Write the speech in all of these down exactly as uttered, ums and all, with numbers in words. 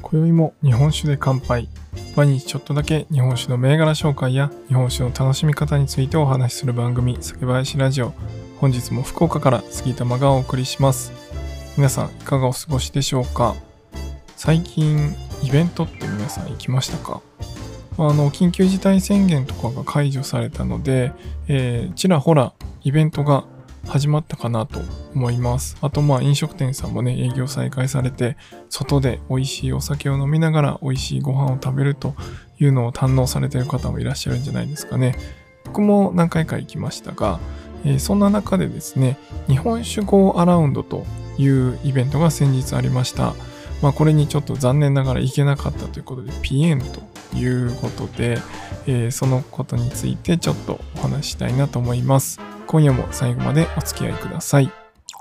今宵も日本酒で乾杯。毎日ちょっとだけ日本酒の銘柄紹介や日本酒の楽しみ方についてお話しする番組、酒林ラジオ。本日も福岡から杉玉がお送りします。皆さんいかがお過ごしでしょうか。最近イベントって皆さん行きましたか？あの緊急事態宣言とかが解除されたので、えー、ちらほらイベントが始まったかなと思います。あとまあ飲食店さんもね営業再開されて、外で美味しいお酒を飲みながら美味しいご飯を食べるというのを堪能されている方もいらっしゃるんじゃないですかね。僕も何回か行きましたが、えー、そんな中でですね、日本酒 Go Around というイベントが先日ありました。まあこれにちょっと残念ながら行けなかったということでピエンということで、えー、そのことについてちょっとお話ししたいなと思います。今夜も最後までお付き合いください。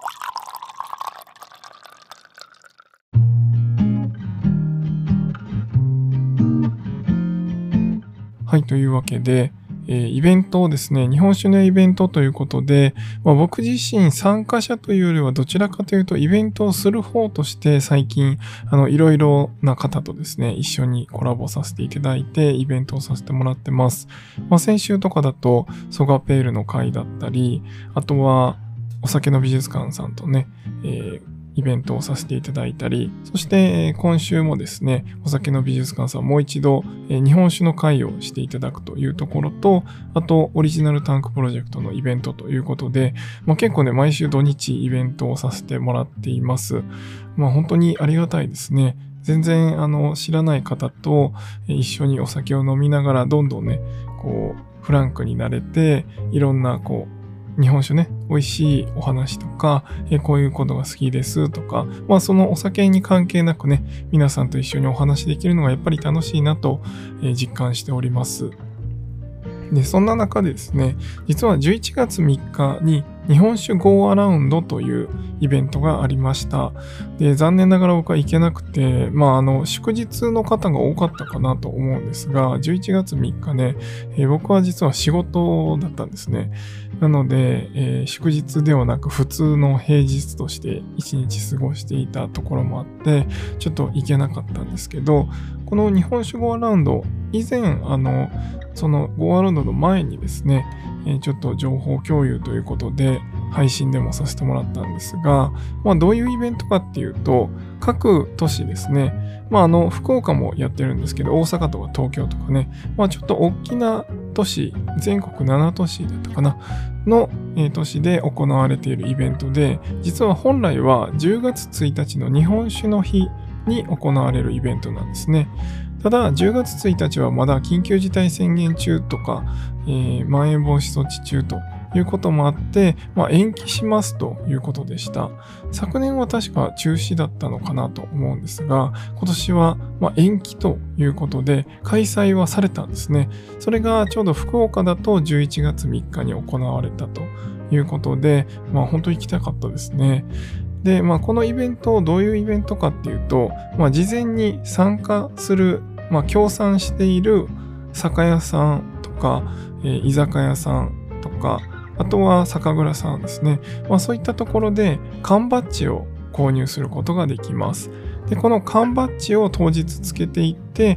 はい、というわけで、えー、イベントをですね、日本酒のイベントということで、まあ、僕自身参加者というよりはどちらかというとイベントをする方として最近あのいろいろな方とですね一緒にコラボさせていただいてイベントをさせてもらってます。まあ、先週とかだとソガペールの会だったり、あとはお酒の美術館さんとね、えーイベントをさせていただいたり、そして今週もですね、お酒の美術館さんもう一度日本酒の会をしていただくというところと、あとオリジナルタンクプロジェクトのイベントということで、まあ、結構ね、毎週土日イベントをさせてもらっています。まあ本当にありがたいですね。全然あの知らない方と一緒にお酒を飲みながらどんどんね、こうフランクになれて、いろんなこう日本酒ね、美味しいお話とか、えこういうことが好きですとか、まあそのお酒に関係なくね、皆さんと一緒にお話できるのがやっぱり楽しいなと、え実感しております。で、そんな中でですね、実はじゅういちがつみっかに日本酒 Go Around というイベントがありました。で、残念ながら僕は行けなくて、まああの祝日の方が多かったかなと思うんですが、じゅういちがつみっかね、えー、僕は実は仕事だったんですね。なので、えー、祝日ではなく普通の平日として一日過ごしていたところもあって、ちょっと行けなかったんですけど、この日本酒 Go Around、以前あのその Go Around の前にですね、えー、ちょっと情報共有ということで配信でもさせてもらったんですが、まあどういうイベントかっていうと、各都市ですね、まああの福岡もやってるんですけど、大阪とか東京とかね、まあちょっと大きな都市、全国なな都市だったかなの、えー、都市で行われているイベントで、実は本来はじゅうがつついたちの日本酒の日に行われるイベントなんですね。ただじゅうがつついたちはまだ緊急事態宣言中とか、えー、まん延防止措置中ということもあって、まあ、延期しますということでした。昨年は確か中止だったのかなと思うんですが、今年はまあ延期ということで開催はされたんですね。それがちょうど福岡だとじゅういちがつみっかに行われたということで、まあ本当に行きたかったですね。で、まあこのイベント、どういうイベントかっていうと、まあ事前に参加する、まあ協賛している酒屋さんとか、えー、居酒屋さんとか、あとは酒蔵さんですね。まあそういったところで缶バッジを購入することができます。で、この缶バッジを当日つけていって、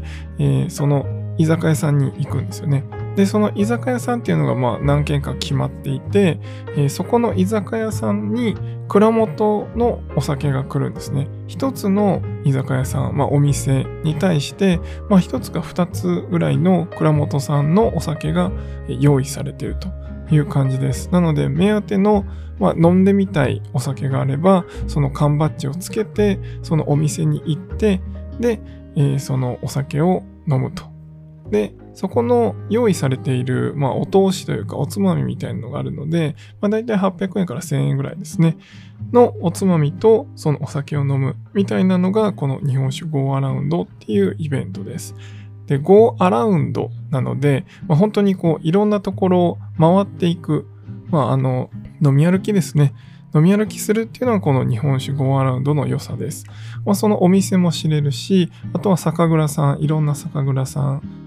えー、その居酒屋さんに行くんですよね。で、その居酒屋さんっていうのがまあ何軒か決まっていて、えー、そこの居酒屋さんに蔵元のお酒が来るんですね。一つの居酒屋さん、まあお店に対して、まあ一つか二つぐらいの蔵元さんのお酒が用意されているという感じです。なので目当ての、まあ、飲んでみたいお酒があれば、その缶バッジをつけて、そのお店に行って、で、えー、そのお酒を飲むと。で、そこの用意されている、まあ、お通しというかおつまみみたいなのがあるので、まあ、だいたいはっぴゃくえんからせんえんぐらいですね。のおつまみとそのお酒を飲むみたいなのが、この日本酒 Go Around っていうイベントです。で、Go Around なので、まあ、本当にこういろんなところを回っていく、まあ、あの飲み歩きですね。飲み歩きするっていうのがこの日本酒 Go Around の良さです。まあ、そのお店も知れるし、あとは酒蔵さん、いろんな酒蔵さん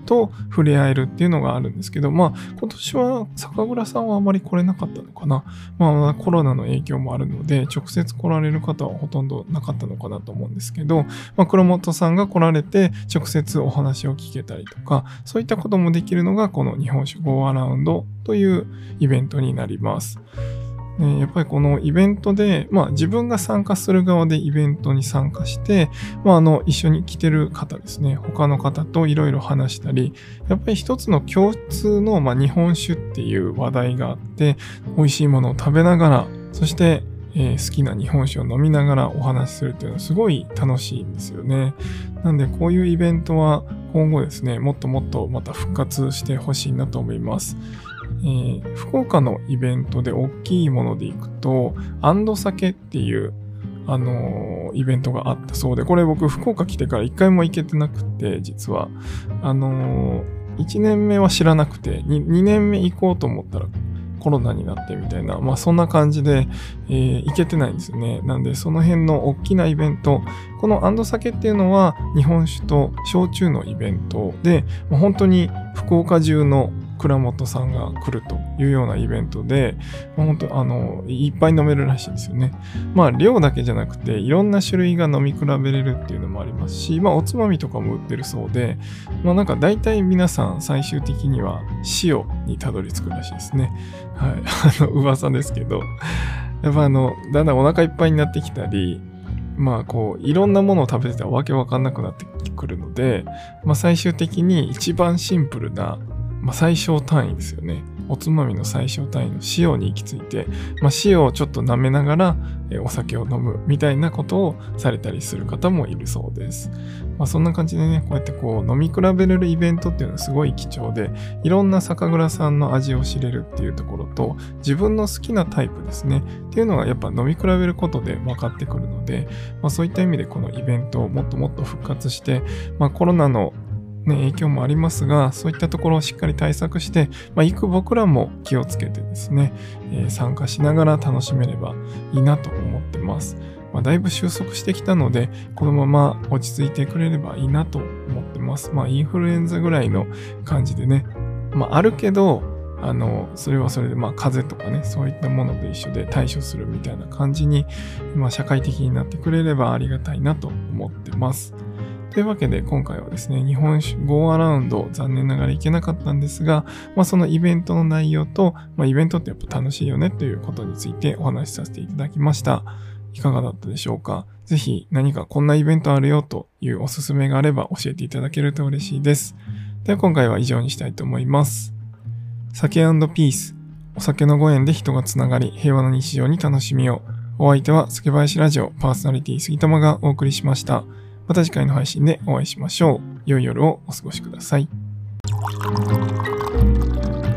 と触れ合えるっていうのがあるんですけど、まあ今年は酒蔵さんはあまり来れなかったのかな。まあコロナの影響もあるので、直接来られる方はほとんどなかったのかなと思うんですけど、まあ黒本さんが来られて直接お話を聞けたりとか、そういったこともできるのがこの日本酒 Go Around というイベントになります。ね、やっぱりこのイベントで、まあ自分が参加する側でイベントに参加して、まああの一緒に来てる方ですね、他の方といろいろ話したり、やっぱり一つの共通の、まあ、日本酒っていう話題があって、美味しいものを食べながら、そして、えー、好きな日本酒を飲みながらお話しするっていうのはすごい楽しいんですよね。なんでこういうイベントは今後ですね、もっともっとまた復活してほしいなと思います。えー、福岡のイベントで大きいものでいくと、アンド酒っていう、あのー、イベントがあったそうで、これ僕福岡来てから一回も行けてなくて、実は。あのー、いちねんめは知らなくて、に, にねんめ行こうと思ったらコロナになってみたいな、まあそんな感じで、えー、行けてないんですよね。なんでその辺の大きなイベント、このアンド酒っていうのは日本酒と焼酎のイベントで、もう本当に福岡中の倉本さんが来るというようなイベントで、本当あのいっぱい飲めるらしいんですよね。まあ量だけじゃなくていろんな種類が飲み比べれるっていうのもありますし、まあおつまみとかも売ってるそうで、まあなんか大体皆さん最終的には塩にたどり着くらしいですね。はい、あの噂ですけど、やっぱあのだんだんお腹いっぱいになってきたり、まあこういろんなものを食べてたらわけわかんなくなってくるので、まあ最終的に一番シンプルなまあ、最小単位ですよね。おつまみの最小単位の塩に行き着いて、まあ、塩をちょっと舐めながらえお酒を飲むみたいなことをされたりする方もいるそうです。まあ、そんな感じでね、こうやってこう飲み比べれるイベントっていうのはすごい貴重で、いろんな酒蔵さんの味を知れるっていうところと、自分の好きなタイプですねっていうのがやっぱ飲み比べることで分かってくるので、まあ、そういった意味でこのイベントをもっともっと復活して、まあ、コロナのね、影響もありますが、そういったところをしっかり対策して、まあ、行く僕らも気をつけてですね、えー、参加しながら楽しめればいいなと思ってます。まあ、だいぶ収束してきたので、このまま落ち着いてくれればいいなと思ってます。まあ、インフルエンザぐらいの感じでね、まあ、あるけど、あの、それはそれで、まあ、風邪とかね、そういったものと一緒で対処するみたいな感じに、まあ、社会的になってくれればありがたいなと思ってます。というわけで今回はですね、日本酒 Go Around 残念ながら行けなかったんですが、まあ、そのイベントの内容と、まあ、イベントってやっぱ楽しいよねということについてお話しさせていただきました。いかがだったでしょうか。ぜひ何かこんなイベントあるよというおすすめがあれば教えていただけると嬉しいです。では今回は以上にしたいと思います。酒&ピース。お酒のご縁で人がつながり、平和な日常に楽しみを。お相手は酒林ラジオパーソナリティ杉玉がお送りしました。また次回の配信でお会いしましょう。良い夜をお過ごしください。